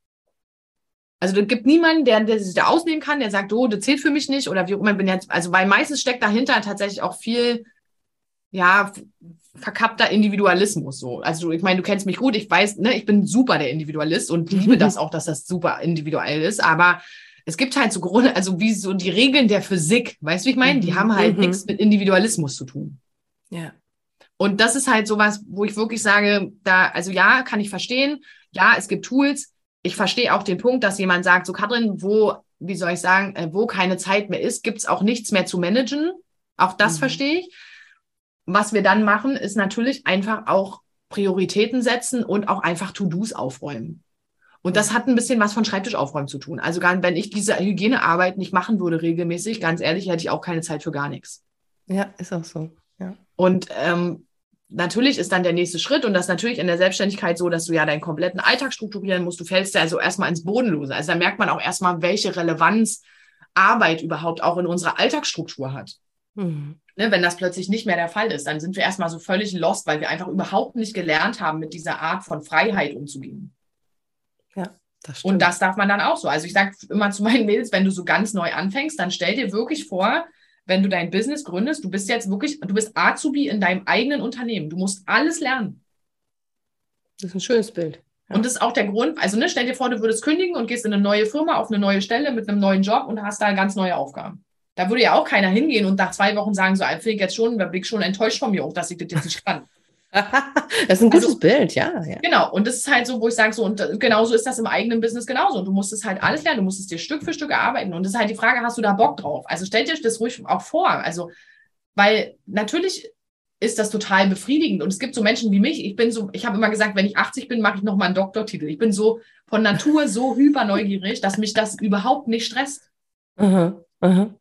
Also es gibt niemanden, der, der sich da ausnehmen kann, der sagt, oh, das zählt für mich nicht oder wie auch immer, bin jetzt, also weil meistens steckt dahinter tatsächlich auch viel, ja, verkappter Individualismus so. Also ich meine, du kennst mich gut, ich weiß, ne, ich bin super der Individualist und liebe das auch, dass das super individuell ist, aber es gibt halt so Gründe, also wie so die Regeln der Physik, weißt du, wie ich meine? Die Mhm. haben halt Mhm. nichts mit Individualismus zu tun. Ja. Und das ist halt sowas, wo ich wirklich sage, da, also ja, kann ich verstehen. Ja, es gibt Tools. Ich verstehe auch den Punkt, dass jemand sagt, so Katrin, wo, wie soll ich sagen, äh, wo keine Zeit mehr ist, gibt es auch nichts mehr zu managen. Auch das Mhm. verstehe ich. Was wir dann machen, ist natürlich einfach auch Prioritäten setzen und auch einfach To-Dos aufräumen. Und das hat ein bisschen was von Schreibtisch aufräumen zu tun. Also gar, wenn ich diese Hygienearbeit nicht machen würde regelmäßig, ganz ehrlich, hätte ich auch keine Zeit für gar nichts. Ja, ist auch so. Ja. Und ähm, natürlich ist dann der nächste Schritt und das ist natürlich in der Selbstständigkeit so, dass du ja deinen kompletten Alltag strukturieren musst. Du fällst ja also erstmal ins Bodenlose. Also da merkt man auch erstmal, welche Relevanz Arbeit überhaupt auch in unserer Alltagsstruktur hat. Mhm. Ne, wenn das plötzlich nicht mehr der Fall ist, dann sind wir erstmal so völlig lost, weil wir einfach überhaupt nicht gelernt haben, mit dieser Art von Freiheit umzugehen. Ja, das stimmt. Und das darf man dann auch so. Also ich sage immer zu meinen Mädels, wenn du so ganz neu anfängst, dann stell dir wirklich vor, wenn du dein Business gründest, du bist jetzt wirklich, du bist Azubi in deinem eigenen Unternehmen. Du musst alles lernen. Das ist ein schönes Bild. Ja. Und das ist auch der Grund, also ne, stell dir vor, du würdest kündigen und gehst in eine neue Firma, auf eine neue Stelle mit einem neuen Job und hast da ganz neue Aufgaben. Da würde ja auch keiner hingehen und nach zwei Wochen sagen, so, ich bin jetzt schon, da bin ich schon enttäuscht von mir, auch dass ich das jetzt nicht kann. Das ist ein gutes Also, Bild, ja, ja. Genau, und das ist halt so, wo ich sage, so, und genauso ist das im eigenen Business genauso. Und du musst es halt alles lernen, du musst es dir Stück für Stück erarbeiten. Und das ist halt die Frage, hast du da Bock drauf? Also stell dir das ruhig auch vor. Also, weil natürlich ist das total befriedigend. Und es gibt so Menschen wie mich, ich bin so, ich habe immer gesagt, wenn ich achtzig bin, mache ich nochmal einen Doktortitel. Ich bin so von Natur so hyper neugierig, dass mich das überhaupt nicht stresst. Aha, aha.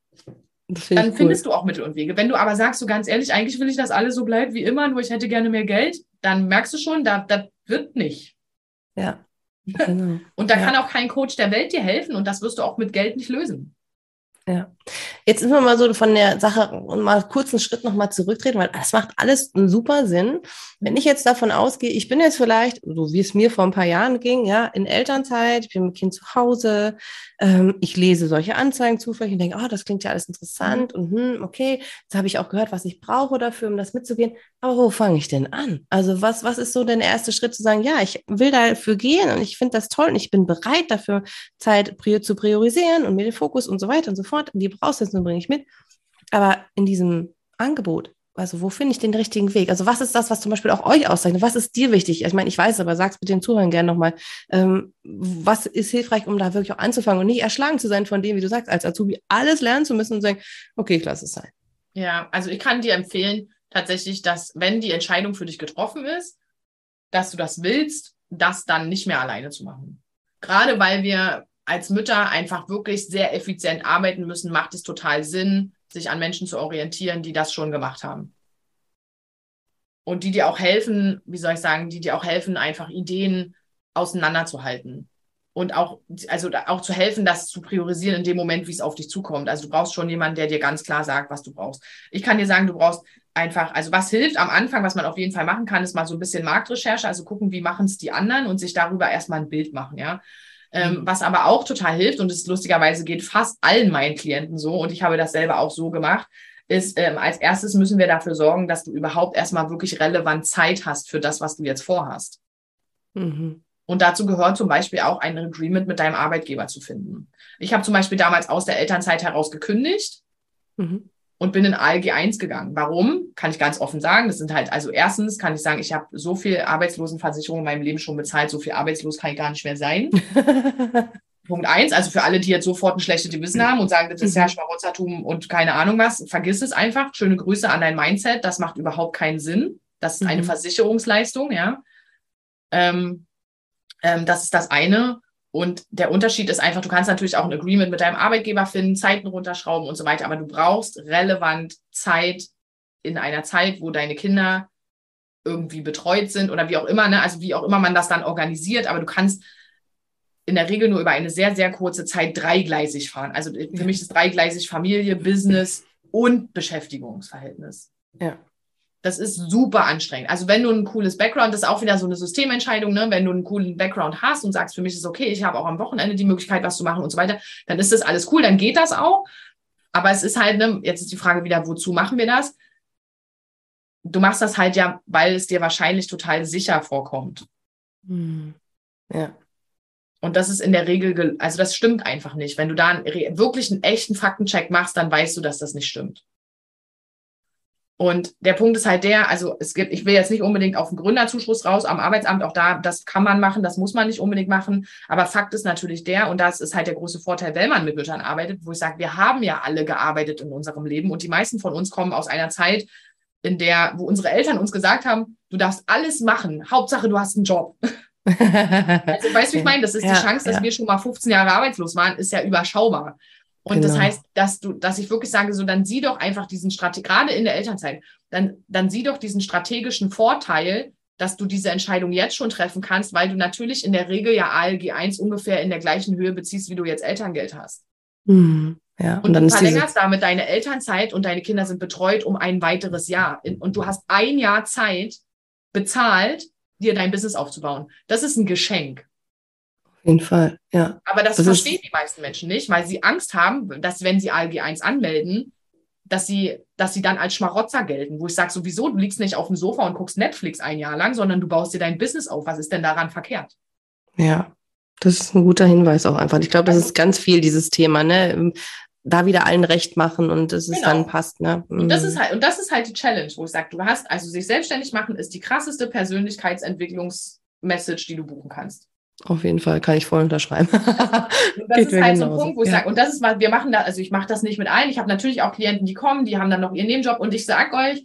Das finde Dann ich cool. findest du auch Mittel und Wege. Wenn du aber sagst, so ganz ehrlich, eigentlich will ich, dass alles so bleibt wie immer, nur ich hätte gerne mehr Geld, dann merkst du schon, da, das wird nicht. Ja, genau. Und da ja. kann auch kein Coach der Welt dir helfen und das wirst du auch mit Geld nicht lösen. Ja. Jetzt sind wir mal so von der Sache und mal kurz einen Schritt nochmal zurücktreten, weil das macht alles einen super Sinn. Wenn ich jetzt davon ausgehe, ich bin jetzt vielleicht, so wie es mir vor ein paar Jahren ging, ja, in Elternzeit, ich bin mit dem Kind zu Hause, ähm, ich lese solche Anzeigen zufällig und denke, oh, das klingt ja alles interessant und hm, okay, jetzt habe ich auch gehört, was ich brauche dafür, um das mitzugehen. Aber wo fange ich denn an? Also was, was ist so der erste Schritt zu sagen, ja, ich will dafür gehen und ich finde das toll und ich bin bereit dafür, Zeit zu priorisieren und mir den Fokus und so weiter und so fort. Die Voraussetzungen bringe ich mit. Aber in diesem Angebot, also wo finde ich den richtigen Weg? Also was ist das, was zum Beispiel auch euch auszeichnet? Was ist dir wichtig? Ich meine, ich weiß, aber sag's mit den Zuhörern gerne nochmal. Ähm, was ist hilfreich, um da wirklich auch anzufangen und nicht erschlagen zu sein von dem, wie du sagst, als Azubi alles lernen zu müssen und zu sagen, okay, ich lasse es sein. Ja, also ich kann dir empfehlen, tatsächlich, dass wenn die Entscheidung für dich getroffen ist, dass du das willst, das dann nicht mehr alleine zu machen. Gerade weil wir als Mütter einfach wirklich sehr effizient arbeiten müssen, macht es total Sinn, sich an Menschen zu orientieren, die das schon gemacht haben. Und die dir auch helfen, wie soll ich sagen, die dir auch helfen, einfach Ideen auseinanderzuhalten. und auch, also auch zu helfen, das zu priorisieren in dem Moment, wie es auf dich zukommt. Also du brauchst schon jemanden, der dir ganz klar sagt, was du brauchst. Ich kann dir sagen, du brauchst einfach, also was hilft am Anfang, was man auf jeden Fall machen kann, ist mal so ein bisschen Marktrecherche, also gucken, wie machen es die anderen und sich darüber erstmal ein Bild machen, ja. Ähm, mhm. Was aber auch total hilft, und es lustigerweise geht fast allen meinen Klienten so, und ich habe das selber auch so gemacht, ist, ähm, als erstes müssen wir dafür sorgen, dass du überhaupt erstmal wirklich relevant Zeit hast für das, was du jetzt vorhast. Mhm. Und dazu gehört zum Beispiel auch ein Agreement mit deinem Arbeitgeber zu finden. Ich habe zum Beispiel damals aus der Elternzeit heraus gekündigt mhm. und bin in A L G eins gegangen. Warum? Kann ich ganz offen sagen. Das sind halt, also erstens kann ich sagen, ich habe so viel Arbeitslosenversicherung in meinem Leben schon bezahlt, so viel arbeitslos kann ich gar nicht mehr sein. Punkt eins, also für alle, die jetzt sofort ein schlechtes Gewissen haben und sagen, das ist ja Schmarotzertum und keine Ahnung was, vergiss es einfach. Schöne Grüße an dein Mindset. Das macht überhaupt keinen Sinn. Das ist eine mhm. Versicherungsleistung, ja. Ähm, ähm, das ist das eine. Und der Unterschied ist einfach, du kannst natürlich auch ein Agreement mit deinem Arbeitgeber finden, Zeiten runterschrauben und so weiter, aber du brauchst relevant Zeit in einer Zeit, wo deine Kinder irgendwie betreut sind oder wie auch immer, ne? Also wie auch immer man das dann organisiert, aber du kannst in der Regel nur über eine sehr, sehr kurze Zeit dreigleisig fahren. Also für ja. mich ist dreigleisig Familie, Business und Beschäftigungsverhältnis. Ja. Das ist super anstrengend. Also wenn du ein cooles Background, das ist auch wieder so eine Systementscheidung, ne? Wenn du einen coolen Background hast und sagst, für mich ist okay, ich habe auch am Wochenende die Möglichkeit, was zu machen und so weiter, dann ist das alles cool, dann geht das auch. Aber es ist halt, ne, jetzt ist die Frage wieder, wozu machen wir das? Du machst das halt ja, weil es dir wahrscheinlich total sicher vorkommt. Hm. Ja. Und das ist in der Regel, also das stimmt einfach nicht. Wenn du da einen, wirklich einen echten Faktencheck machst, dann weißt du, dass das nicht stimmt. Und der Punkt ist halt der, also es gibt, ich will jetzt nicht unbedingt auf den Gründerzuschuss raus, am Arbeitsamt auch da, das kann man machen, das muss man nicht unbedingt machen. Aber Fakt ist natürlich der, und das ist halt der große Vorteil, wenn man mit Müttern arbeitet, wo ich sage, wir haben ja alle gearbeitet in unserem Leben und die meisten von uns kommen aus einer Zeit, in der, wo unsere Eltern uns gesagt haben, du darfst alles machen, Hauptsache du hast einen Job. Also weißt du, wie ich meine? Das ist ja, die Chance, dass ja. wir schon mal fünfzehn Jahre arbeitslos waren, ist ja überschaubar. Und genau. Das heißt, dass du, dass ich wirklich sage, so, dann sieh doch einfach diesen Strate, gerade in der Elternzeit, dann, dann sieh doch diesen strategischen Vorteil, dass du diese Entscheidung jetzt schon treffen kannst, weil du natürlich in der Regel ja A L G eins ungefähr in der gleichen Höhe beziehst, wie du jetzt Elterngeld hast. Mhm. Ja, und, und dann du verlängerst diese... damit deine Elternzeit und deine Kinder sind betreut um ein weiteres Jahr. Und du hast ein Jahr Zeit bezahlt, dir dein Business aufzubauen. Das ist ein Geschenk. Auf jeden Fall, ja. Aber das, das verstehen ist... die meisten Menschen nicht, weil sie Angst haben, dass wenn sie A L G eins anmelden, dass sie, dass sie dann als Schmarotzer gelten. Wo ich sage, sowieso, du liegst nicht auf dem Sofa und guckst Netflix ein Jahr lang, sondern du baust dir dein Business auf. Was ist denn daran verkehrt? Ja, das ist ein guter Hinweis auch einfach. Ich glaube, das ist ganz viel, dieses Thema, ne? Da wieder allen recht machen und dass es genau. dann passt, ne? Und das ist halt, und das ist halt die Challenge, wo ich sage, du hast, also sich selbstständig machen ist die krasseste Persönlichkeitsentwicklungsmessage, die du buchen kannst. Auf jeden Fall, kann ich voll unterschreiben. Und das ist halt so ein Punkt, wo ich ja. sage, und das ist mal, wir machen da, also ich mache das nicht mit allen. Ich habe natürlich auch Klienten, die kommen, die haben dann noch ihren Nebenjob und ich sage euch,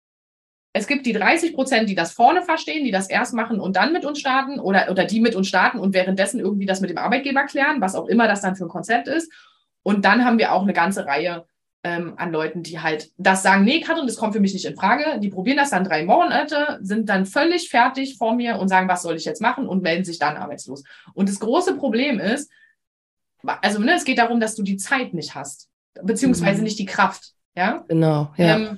es gibt die dreißig Prozent, die das vorne verstehen, die das erst machen und dann mit uns starten oder, oder die mit uns starten und währenddessen irgendwie das mit dem Arbeitgeber klären, was auch immer das dann für ein Konzept ist. Und dann haben wir auch eine ganze Reihe ähm, an Leuten, die halt das sagen, nee, Katrin, das kommt für mich nicht in Frage. Die probieren das dann drei Monate, sind dann völlig fertig vor mir und sagen, was soll ich jetzt machen und melden sich dann arbeitslos. Und das große Problem ist, also ne, es geht darum, dass du die Zeit nicht hast, beziehungsweise mhm. nicht die Kraft. Ja? Genau, ja. Ähm,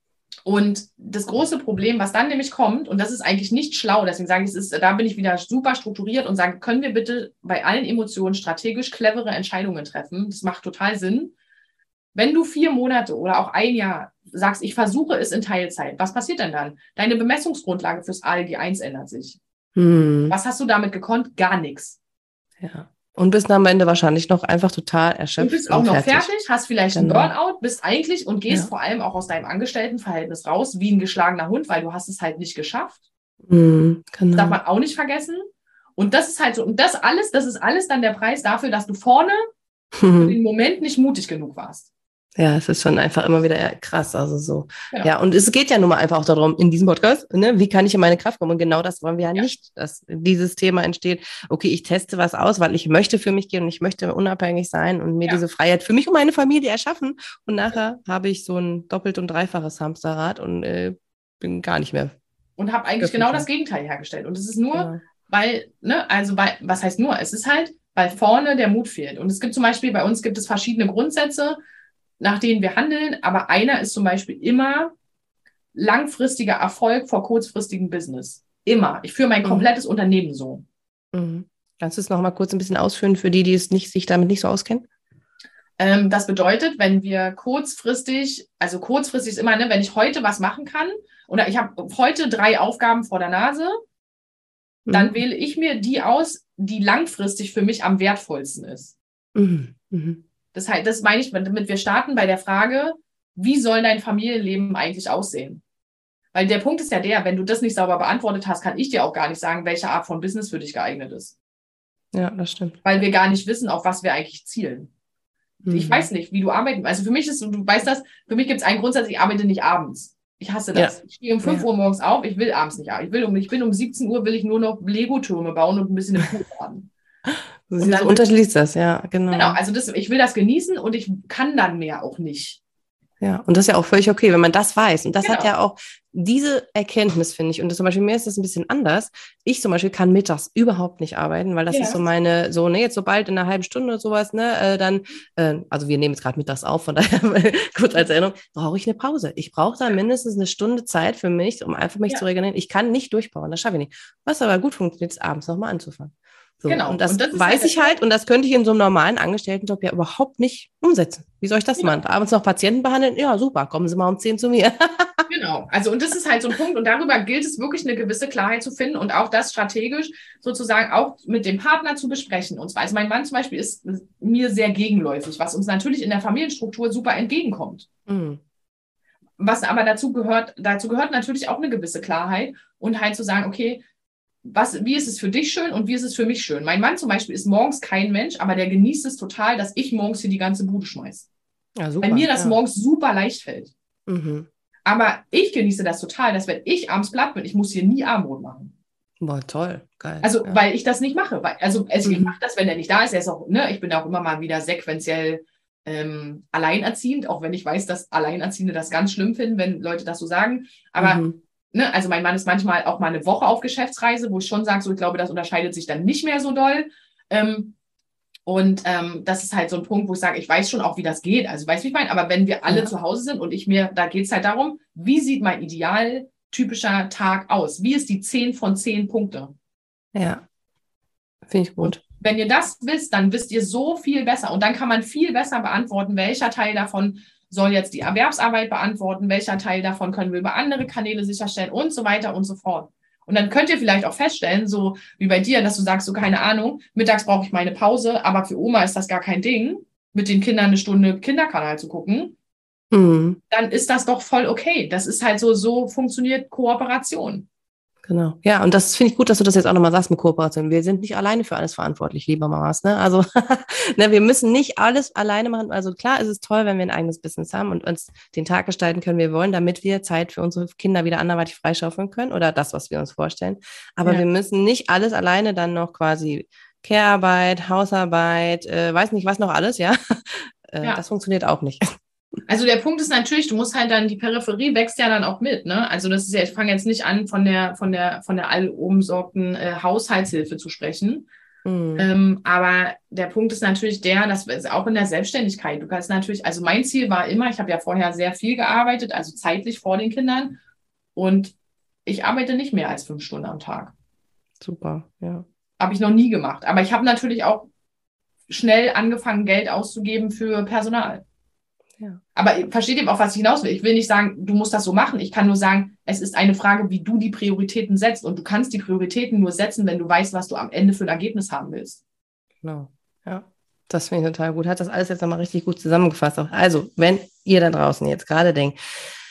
und das große Problem, was dann nämlich kommt, und das ist eigentlich nicht schlau, deswegen sage ich, es ist, da bin ich wieder super strukturiert und sage, können wir bitte bei allen Emotionen strategisch clevere Entscheidungen treffen? Das macht total Sinn. Wenn du vier Monate oder auch ein Jahr sagst, ich versuche es in Teilzeit, was passiert denn dann? Deine Bemessungsgrundlage fürs A L G eins ändert sich. Hm. Was hast du damit gekonnt? Gar nichts. Ja. Und bist am Ende wahrscheinlich noch einfach total erschöpft. Du bist auch noch fertig, fertig hast vielleicht genau. einen Burnout, bist eigentlich und gehst ja. vor allem auch aus deinem Angestelltenverhältnis raus wie ein geschlagener Hund, weil du hast es halt nicht geschafft. Mhm, genau. Das darf man auch nicht vergessen. Und das ist halt so, und das alles, das ist alles dann der Preis dafür, dass du vorne mhm. für den Moment nicht mutig genug warst. Ja, es ist schon einfach immer wieder krass, also so. Genau. Ja, und es geht ja nun mal einfach auch darum, in diesem Podcast, ne, wie kann ich in meine Kraft kommen? Und genau das wollen wir ja, ja nicht, dass dieses Thema entsteht. Okay, ich teste was aus, weil ich möchte für mich gehen und ich möchte unabhängig sein und mir ja. diese Freiheit für mich und meine Familie erschaffen. Und nachher ja. habe ich so ein doppelt und dreifaches Hamsterrad und äh, bin gar nicht mehr. Und habe eigentlich genau das Gegenteil hergestellt. Und es ist nur, ja. weil, ne, also weil, was heißt nur? Es ist halt, weil vorne der Mut fehlt. Und es gibt zum Beispiel, bei uns gibt es verschiedene Grundsätze, nach denen wir handeln, aber einer ist zum Beispiel immer langfristiger Erfolg vor kurzfristigem Business. Immer. Ich führe mein komplettes mhm. Unternehmen so. Mhm. Kannst du es noch mal kurz ein bisschen ausführen für die, die es nicht, sich damit nicht so auskennen? Ähm, das bedeutet, wenn wir kurzfristig, also kurzfristig ist immer, ne, wenn ich heute was machen kann oder ich habe heute drei Aufgaben vor der Nase, mhm. dann wähle ich mir die aus, die langfristig für mich am wertvollsten ist. Mhm. Mhm. Das heißt, das meine ich, damit wir starten bei der Frage, wie soll dein Familienleben eigentlich aussehen? Weil der Punkt ist ja der, wenn du das nicht sauber beantwortet hast, kann ich dir auch gar nicht sagen, welche Art von Business für dich geeignet ist. Ja, das stimmt. Weil wir gar nicht wissen, auf was wir eigentlich zielen. Mhm. Ich weiß nicht, wie du arbeiten. Also für mich ist, du weißt das, für mich gibt es einen Grundsatz, ich arbeite nicht abends. Ich hasse das. Ja. Ich stehe um fünf ja. Uhr morgens auf, ich will abends nicht arbeiten. Ich will um, ich bin um siebzehn Uhr, will ich nur noch Lego-Türme bauen und ein bisschen im Pool haben. Und dann so unterschiedlich ist das, ja, genau. Genau, also das, ich will das genießen und ich kann dann mehr auch nicht. Ja, und das ist ja auch völlig okay, wenn man das weiß. Und das genau. hat ja auch diese Erkenntnis, finde ich. Und das, zum Beispiel mir ist das ein bisschen anders. Ich zum Beispiel kann mittags überhaupt nicht arbeiten, weil das ja. ist so meine, so, ne, jetzt so bald in einer halben Stunde oder sowas, ne, äh, dann, äh, also wir nehmen jetzt gerade mittags auf, von daher kurz als Erinnerung, brauche ich eine Pause. Ich brauche da mindestens eine Stunde Zeit für mich, um einfach mich ja. zu regenerieren. Ich kann nicht durchbauen, das schaffe ich nicht. Was aber gut funktioniert, ist abends nochmal anzufangen. So, genau. Und das, und das weiß halt ich halt und das könnte ich in so einem normalen Angestelltenjob ja überhaupt nicht umsetzen. Wie soll ich das genau. machen? Abends noch Patienten behandeln? Ja, super, kommen Sie mal um zehn zu mir. Genau, also und das ist halt so ein Punkt und darüber gilt es wirklich eine gewisse Klarheit zu finden und auch das strategisch sozusagen auch mit dem Partner zu besprechen. Und zwar, also mein Mann zum Beispiel ist mir sehr gegenläufig, was uns natürlich in der Familienstruktur super entgegenkommt. Mhm. Was aber dazu gehört, dazu gehört natürlich auch eine gewisse Klarheit und halt zu sagen, okay, Was, wie ist es für dich schön und wie ist es für mich schön? Mein Mann zum Beispiel ist morgens kein Mensch, aber der genießt es total, dass ich morgens hier die ganze Bude schmeiße. Ja, super, Weil mir das ja. morgens super leicht fällt. Mhm. Aber ich genieße das total, dass wenn ich abends platt bin, ich muss hier nie Abendbrot machen. Boah, toll, geil. Also, ja. weil ich das nicht mache. Weil, also, also mhm. ich mache das, wenn er nicht da ist. Er ist auch, ne, ich bin auch immer mal wieder sequenziell ähm, alleinerziehend, auch wenn ich weiß, dass Alleinerziehende das ganz schlimm finden, wenn Leute das so sagen. Aber mhm. Ne, also mein Mann ist manchmal auch mal eine Woche auf Geschäftsreise, wo ich schon sage, so ich glaube, das unterscheidet sich dann nicht mehr so doll. Ähm, und ähm, das ist halt so ein Punkt, wo ich sage, ich weiß schon auch, wie das geht. Also weißt du, wie ich meine? Aber wenn wir alle ja. zu Hause sind und ich mir, da geht es halt darum, wie sieht mein ideal typischer Tag aus? Wie ist die zehn von zehn Punkte? Ja, finde ich gut. Und wenn ihr das wisst, dann wisst ihr so viel besser. Und dann kann man viel besser beantworten, welcher Teil davon soll jetzt die Erwerbsarbeit beantworten, welcher Teil davon können wir über andere Kanäle sicherstellen und so weiter und so fort. Und dann könnt ihr vielleicht auch feststellen, so wie bei dir, dass du sagst, so keine Ahnung, mittags brauche ich meine Pause, aber für Oma ist das gar kein Ding, mit den Kindern eine Stunde Kinderkanal zu gucken. Mhm. Dann ist das doch voll okay. Das ist halt so, so funktioniert Kooperation. Genau. Ja, und das finde ich gut, dass du das jetzt auch nochmal sagst mit Kooperation. Wir sind nicht alleine für alles verantwortlich, liebe Mamas. Ne? Also ne, wir müssen nicht alles alleine machen. Also klar ist es toll, wenn wir ein eigenes Business haben und uns den Tag gestalten können, wie wir wollen, damit wir Zeit für unsere Kinder wieder anderweitig freischaufeln können oder das, was wir uns vorstellen. Aber ja. wir müssen nicht alles alleine dann noch quasi Care-Arbeit, Hausarbeit, äh, weiß nicht was noch alles, ja. äh, ja. Das funktioniert auch nicht. Also der Punkt ist natürlich, du musst halt dann, die Peripherie wächst ja dann auch mit, ne? Also das ist ja, ich fange jetzt nicht an, von der, von der, von der allumsorgten äh, Haushaltshilfe zu sprechen. Mhm. Ähm, aber der Punkt ist natürlich der, dass wir auch in der Selbstständigkeit, du kannst natürlich, also mein Ziel war immer, ich habe ja vorher sehr viel gearbeitet, also zeitlich vor den Kindern und ich arbeite nicht mehr als fünf Stunden am Tag. Super, ja. Habe ich noch nie gemacht. Aber ich habe natürlich auch schnell angefangen, Geld auszugeben für Personal. Ja. Aber versteht ihr auch, was ich hinaus will? Ich will nicht sagen, du musst das so machen. Ich kann nur sagen, es ist eine Frage, wie du die Prioritäten setzt. Und du kannst die Prioritäten nur setzen, wenn du weißt, was du am Ende für ein Ergebnis haben willst. Genau, ja. Das finde ich total gut. Hat das alles jetzt nochmal richtig gut zusammengefasst. Also, wenn ihr da draußen jetzt gerade denkt,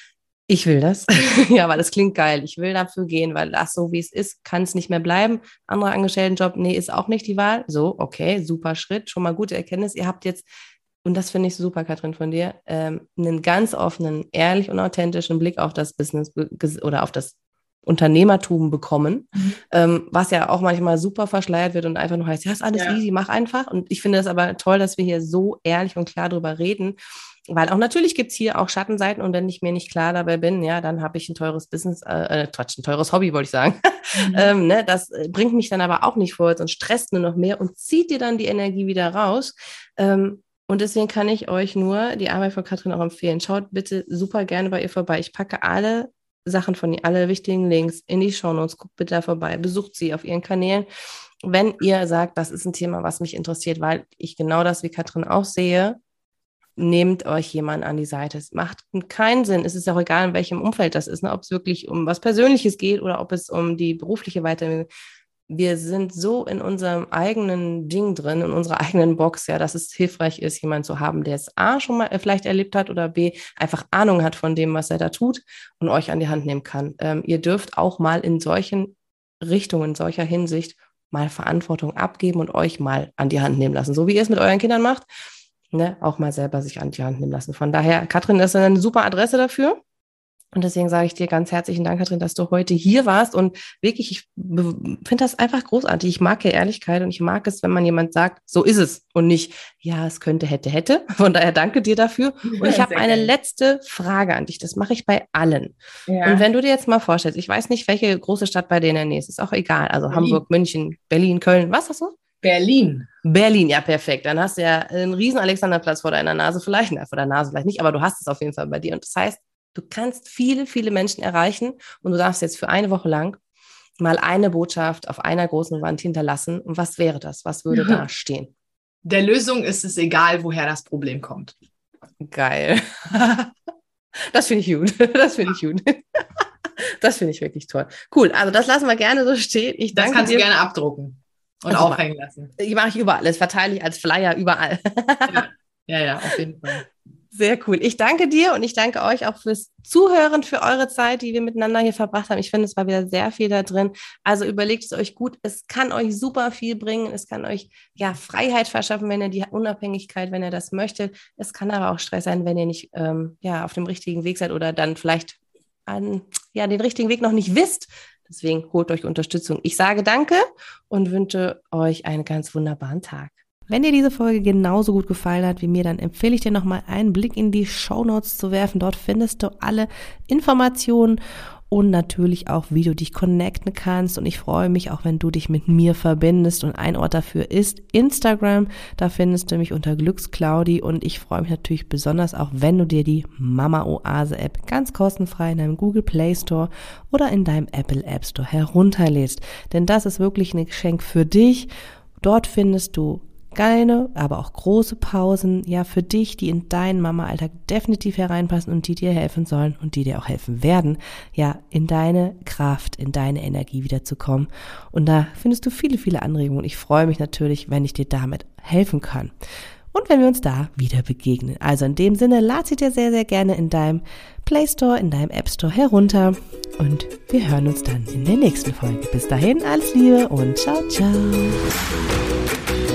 ich will das, ja, weil das klingt geil. Ich will dafür gehen, weil das so, wie es ist, kann es nicht mehr bleiben. Anderer Angestelltenjob, nee, ist auch nicht die Wahl. So, okay, super Schritt, schon mal gute Erkenntnis. Ihr habt jetzt und das finde ich super, Katrin, von dir, ähm, einen ganz offenen, ehrlich und authentischen Blick auf das Business oder auf das Unternehmertum bekommen, mhm. ähm, was ja auch manchmal super verschleiert wird und einfach nur heißt, ja, ist alles ja. easy, mach einfach. Und ich finde es aber toll, dass wir hier so ehrlich und klar drüber reden. weil auch natürlich gibt's hier auch Schattenseiten und wenn ich mir nicht klar dabei bin, ja, dann habe ich ein teures Business, äh, Quatsch, ein teures Hobby, wollte ich sagen. Mhm. ähm, ne, das bringt mich dann aber auch nicht vorwärts und stresst nur noch mehr und zieht dir dann die Energie wieder raus. Ähm, und deswegen kann ich euch nur die Arbeit von Katrin auch empfehlen. Schaut bitte super gerne bei ihr vorbei. Ich packe alle Sachen von ihr, alle wichtigen Links in die Shownotes. Guckt bitte da vorbei, besucht sie auf ihren Kanälen. Wenn ihr sagt, das ist ein Thema, was mich interessiert, weil ich genau das wie Katrin auch sehe, nehmt euch jemanden an die Seite. Es macht keinen Sinn. Es ist auch egal, in welchem Umfeld das ist, ne? Ob es wirklich um was Persönliches geht oder ob es um die berufliche Weiterbildung geht. Wir sind so in unserem eigenen Ding drin, in unserer eigenen Box, ja, dass es hilfreich ist, jemanden zu haben, der es A, schon mal vielleicht erlebt hat oder B, einfach Ahnung hat von dem, was er da tut und euch an die Hand nehmen kann. Ähm, ihr dürft auch mal in solchen Richtungen, in solcher Hinsicht mal Verantwortung abgeben und euch mal an die Hand nehmen lassen. So wie ihr es mit euren Kindern macht, ne, auch mal selber sich an die Hand nehmen lassen. Von daher, Katrin, das ist eine super Adresse dafür. Und deswegen sage ich dir ganz herzlichen Dank, Katrin, dass du heute hier warst. Und wirklich, ich finde das einfach großartig. Ich mag ja Ehrlichkeit und ich mag es, wenn man jemand sagt, so ist es und nicht, ja, es könnte, hätte, hätte. Von daher danke dir dafür. Und ich habe eine letzte Frage an dich. Das mache ich bei allen. Ja. Und wenn du dir jetzt mal vorstellst, ich weiß nicht, welche große Stadt bei dir in der Nähe ist, ist auch egal. Also Berlin. Hamburg, München, Berlin, Köln, was hast du? Berlin. Berlin, ja, perfekt. Dann hast du ja einen riesen Alexanderplatz vor deiner Nase vielleicht. Na, vor der Nase vielleicht nicht, aber du hast es auf jeden Fall bei dir. Und das heißt, du kannst viele, viele Menschen erreichen und du darfst jetzt für eine Woche lang mal eine Botschaft auf einer großen Wand hinterlassen. Und was wäre das? Was würde da stehen? Der Lösung ist es egal, woher das Problem kommt. Geil. Das finde ich gut. Das finde ich gut. Das finde ich wirklich toll. Cool, also das lassen wir gerne so stehen. Ich danke das kannst dir. du gerne abdrucken und also aufhängen lassen. Die mache ich überall. Das verteile ich als Flyer überall. Ja, ja, ja, auf jeden Fall. Sehr cool. Ich danke dir und ich danke euch auch fürs Zuhören, für eure Zeit, die wir miteinander hier verbracht haben. Ich finde, es war wieder sehr viel da drin. Also überlegt es euch gut. Es kann euch super viel bringen. Es kann euch ja Freiheit verschaffen, wenn ihr die Unabhängigkeit, wenn ihr das möchtet. Es kann aber auch Stress sein, wenn ihr nicht ähm, ja auf dem richtigen Weg seid oder dann vielleicht an, ja, den richtigen Weg noch nicht wisst. Deswegen holt euch Unterstützung. Ich sage danke und wünsche euch einen ganz wunderbaren Tag. Wenn dir diese Folge genauso gut gefallen hat wie mir, dann empfehle ich dir nochmal einen Blick in die Shownotes zu werfen. Dort findest du alle Informationen und natürlich auch, wie du dich connecten kannst. Und ich freue mich auch, wenn du dich mit mir verbindest. Und ein Ort dafür ist Instagram. Da findest du mich unter Glücksclaudi. Und ich freue mich natürlich besonders auch, wenn du dir die Mama Oase App ganz kostenfrei in deinem Google Play Store oder in deinem Apple App Store herunterlädst. Denn das ist wirklich ein Geschenk für dich. Dort findest du kleine, aber auch große Pausen, ja, für dich, die in deinen Mama-Alltag definitiv hereinpassen und die dir helfen sollen und die dir auch helfen werden, ja, in deine Kraft, in deine Energie wiederzukommen. Und da findest du viele, viele Anregungen. Und ich freue mich natürlich, wenn ich dir damit helfen kann. Und wenn wir uns da wieder begegnen. Also in dem Sinne, lad sie dir sehr, sehr gerne in deinem Play Store, in deinem App Store herunter. Und wir hören uns dann in der nächsten Folge. Bis dahin, alles Liebe und ciao, ciao.